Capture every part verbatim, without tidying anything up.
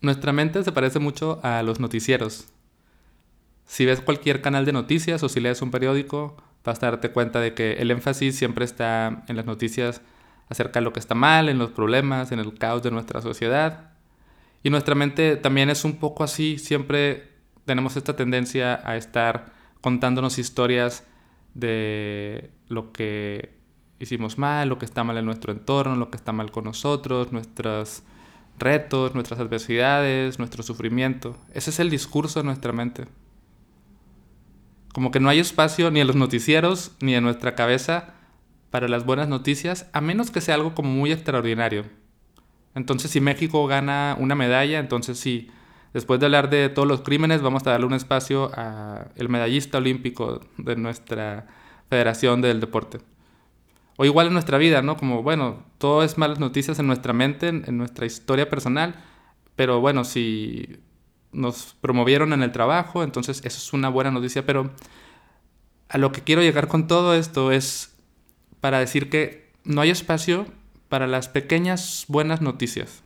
Nuestra mente se parece mucho a los noticieros. Si ves cualquier canal de noticias o si lees un periódico, vas a darte cuenta de que el énfasis siempre está en las noticias acerca de lo que está mal, en los problemas, en el caos de nuestra sociedad. Y nuestra mente también es un poco así, siempre tenemos esta tendencia a estar contándonos historias de lo que hicimos mal, lo que está mal en nuestro entorno, lo que está mal con nosotros, nuestros retos, nuestras adversidades, nuestro sufrimiento. Ese es el discurso de nuestra mente. Como que no hay espacio ni en los noticieros ni en nuestra cabeza para las buenas noticias, a menos que sea algo como muy extraordinario. Entonces, si México gana una medalla, entonces sí, después de hablar de todos los crímenes, vamos a darle un espacio al medallista olímpico de nuestra federación del deporte. O igual en nuestra vida, ¿no? Como, bueno, todo es malas noticias en nuestra mente, en, en nuestra historia personal, pero bueno, si nos promovieron en el trabajo, entonces eso es una buena noticia, pero a lo que quiero llegar con todo esto es para decir que no hay espacio para las pequeñas buenas noticias.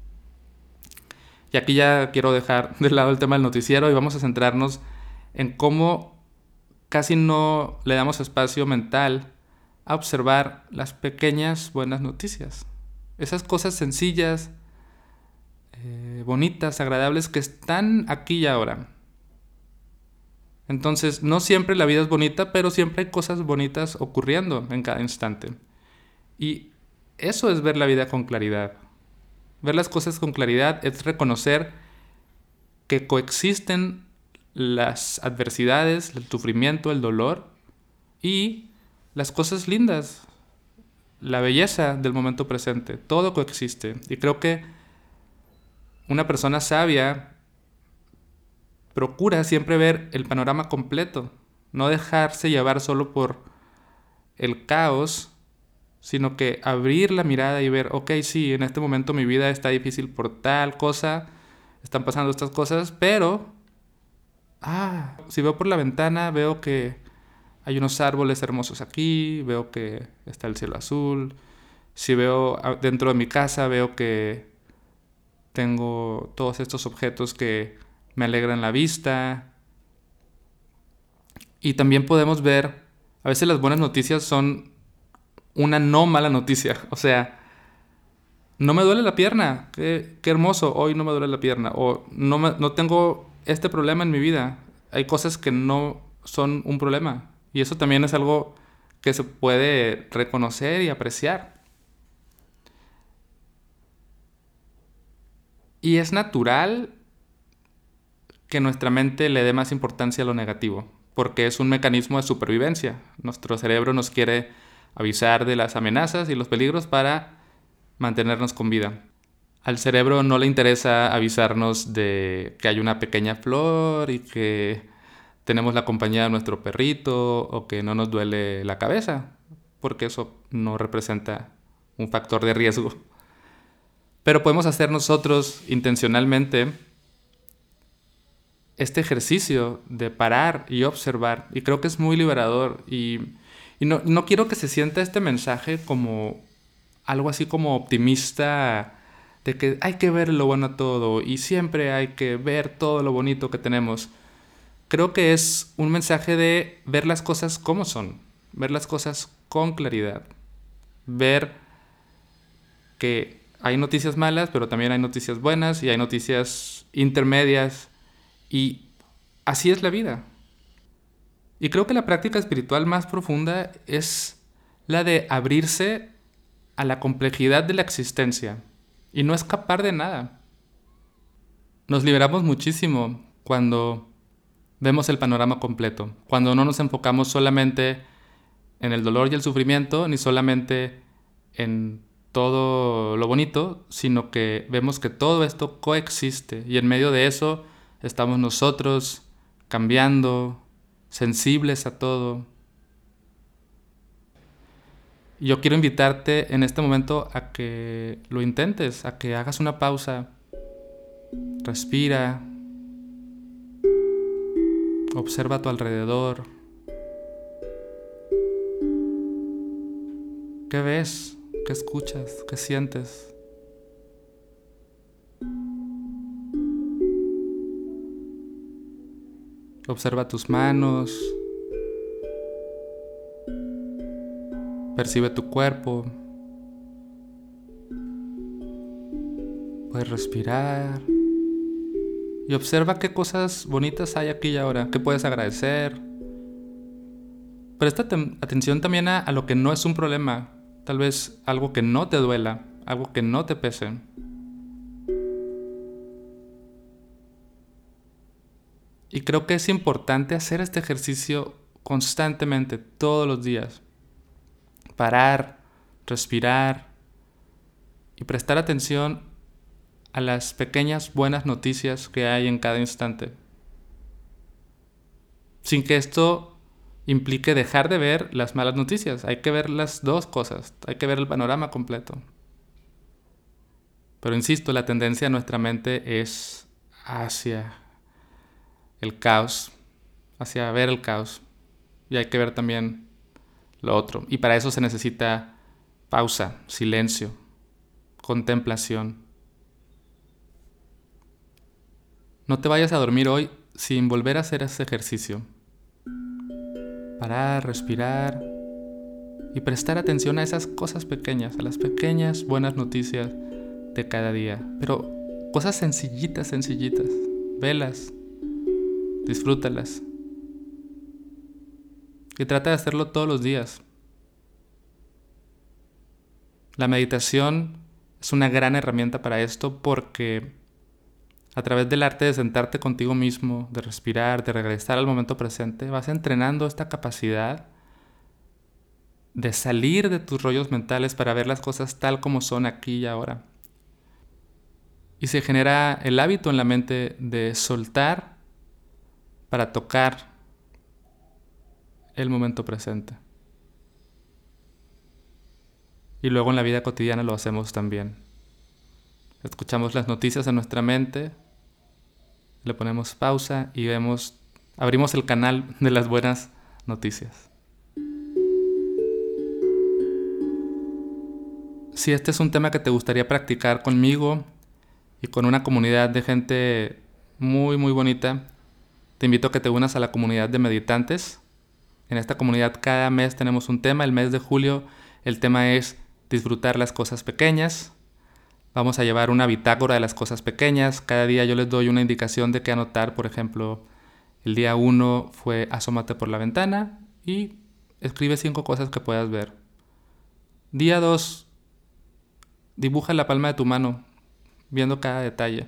Y aquí ya quiero dejar de lado el tema del noticiero y vamos a centrarnos en cómo casi no le damos espacio mental a observar las pequeñas buenas noticias. Esas cosas sencillas, eh, bonitas, agradables que están aquí y ahora. Entonces, no siempre la vida es bonita, pero siempre hay cosas bonitas ocurriendo en cada instante. Y eso es ver la vida con claridad. Ver las cosas con claridad es reconocer que coexisten las adversidades, el sufrimiento, el dolor y las cosas lindas, la belleza del momento presente. Todo coexiste. Y creo que una persona sabia procura siempre ver el panorama completo, no dejarse llevar solo por el caos, sino que abrir la mirada y ver, ok, sí, en este momento mi vida está difícil por tal cosa, están pasando estas cosas, pero, ah, si veo por la ventana, veo que hay unos árboles hermosos aquí, veo que está el cielo azul, si veo dentro de mi casa, veo que tengo todos estos objetos que me alegran la vista. Y también podemos ver, a veces las buenas noticias son una no mala noticia. O sea, no me duele la pierna, qué, qué hermoso, hoy no me duele la pierna. O no, me, no tengo este problema en mi vida. Hay cosas que no son un problema. Y eso también es algo que se puede reconocer y apreciar. Y es natural que nuestra mente le dé más importancia a lo negativo, porque es un mecanismo de supervivencia. Nuestro cerebro nos quiere avisar de las amenazas y los peligros para mantenernos con vida. Al cerebro no le interesa avisarnos de que hay una pequeña flor y que tenemos la compañía de nuestro perrito o que no nos duele la cabeza, porque eso no representa un factor de riesgo. Pero podemos hacer nosotros intencionalmente este ejercicio de parar y observar. Y creo que es muy liberador. Y, y no, no quiero que se sienta este mensaje como algo así como optimista, de que hay que ver lo bueno a todo y siempre hay que ver todo lo bonito que tenemos. Creo que es un mensaje de ver las cosas como son, ver las cosas con claridad, ver que hay noticias malas, pero también hay noticias buenas y hay noticias intermedias. Y así es la vida. Y creo que la práctica espiritual más profunda es la de abrirse a la complejidad de la existencia y no escapar de nada. Nos liberamos muchísimo cuando vemos el panorama completo, cuando no nos enfocamos solamente en el dolor y el sufrimiento, ni solamente en todo lo bonito, sino que vemos que todo esto coexiste y en medio de eso estamos nosotros cambiando, sensibles a todo. Y yo quiero invitarte en este momento a que lo intentes, a que hagas una pausa, respira, observa a tu alrededor. ¿Qué ves? ¿Qué escuchas? ¿Qué sientes? Observa tus manos. Percibe tu cuerpo. Puedes respirar. Y observa qué cosas bonitas hay aquí y ahora. ¿Qué puedes agradecer? Presta tem- atención también a, a lo que no es un problema. Tal vez algo que no te duela. Algo que no te pese. Y creo que es importante hacer este ejercicio constantemente, todos los días. Parar, respirar y prestar atención a las pequeñas buenas noticias que hay en cada instante. Sin que esto implique dejar de ver las malas noticias. Hay que ver las dos cosas, hay que ver el panorama completo. Pero insisto, la tendencia de nuestra mente es hacia el caos, hacia ver el caos. Y hay que ver también lo otro. Y para eso se necesita pausa, silencio, contemplación. No te vayas a dormir hoy sin volver a hacer ese ejercicio. Parar, respirar y prestar atención a esas cosas pequeñas, a las pequeñas buenas noticias de cada día. Pero cosas sencillitas, sencillitas. Velas, disfrútalas. Y trata de hacerlo todos los días. La meditación es una gran herramienta para esto porque a través del arte de sentarte contigo mismo, de respirar, de regresar al momento presente, vas entrenando esta capacidad de salir de tus rollos mentales para ver las cosas tal como son aquí y ahora. Y se genera el hábito en la mente de soltar para tocar el momento presente. Y luego en la vida cotidiana lo hacemos también. Escuchamos las noticias en nuestra mente, le ponemos pausa y vemos, abrimos el canal de las buenas noticias. Si este es un tema que te gustaría practicar conmigo y con una comunidad de gente muy muy bonita, te invito a que te unas a la comunidad de meditantes. En esta comunidad cada mes tenemos un tema. El mes de julio el tema es disfrutar las cosas pequeñas. Vamos a llevar una bitácora de las cosas pequeñas. Cada día yo les doy una indicación de qué anotar. Por ejemplo, el día uno fue asómate por la ventana y escribe cinco cosas que puedas ver. Día dos, dibuja la palma de tu mano, viendo cada detalle.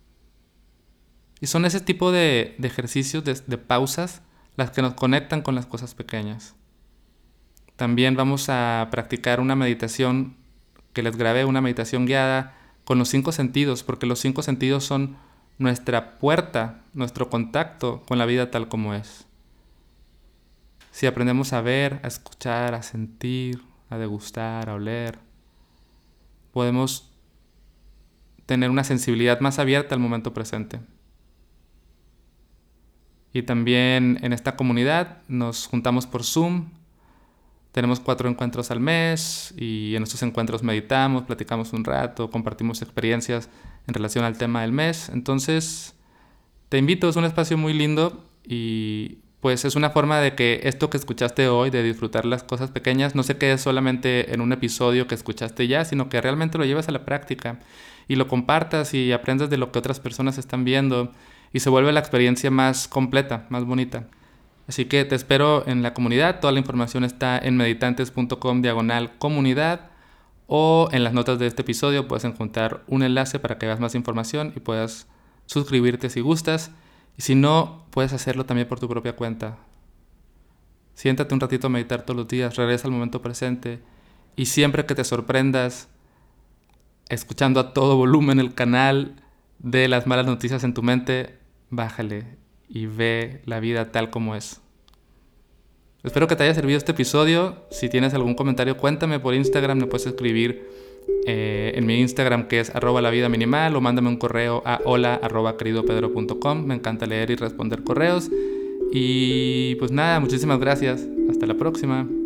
Y son ese tipo de, de ejercicios, de, de pausas, las que nos conectan con las cosas pequeñas. También vamos a practicar una meditación que les grabé, una meditación guiada con los cinco sentidos, porque los cinco sentidos son nuestra puerta, nuestro contacto con la vida tal como es. Si aprendemos a ver, a escuchar, a sentir, a degustar, a oler, podemos tener una sensibilidad más abierta al momento presente. Y también en esta comunidad nos juntamos por Zoom. Tenemos cuatro encuentros al mes y en estos encuentros meditamos, platicamos un rato, compartimos experiencias en relación al tema del mes. Entonces, te invito, es un espacio muy lindo y pues es una forma de que esto que escuchaste hoy, de disfrutar las cosas pequeñas, no se quede solamente en un episodio que escuchaste ya, sino que realmente lo lleves a la práctica y lo compartas y aprendas de lo que otras personas están viendo y se vuelve la experiencia más completa, más bonita. Así que te espero en la comunidad. Toda la información está en meditantes.com diagonal comunidad o en las notas de este episodio puedes encontrar un enlace para que veas más información y puedas suscribirte si gustas. Y si no, puedes hacerlo también por tu propia cuenta. Siéntate un ratito a meditar todos los días, regresa al momento presente y siempre que te sorprendas escuchando a todo volumen el canal de las malas noticias en tu mente, bájale y ve la vida tal como es. Espero que te haya servido este episodio. Si tienes algún comentario, cuéntame por Instagram. Me puedes escribir eh, en mi Instagram, que es arroba la vida minimal, o mándame un correo a hola arroba queridopedro punto com. Me encanta leer y responder correos. Y pues nada, muchísimas gracias. Hasta la próxima.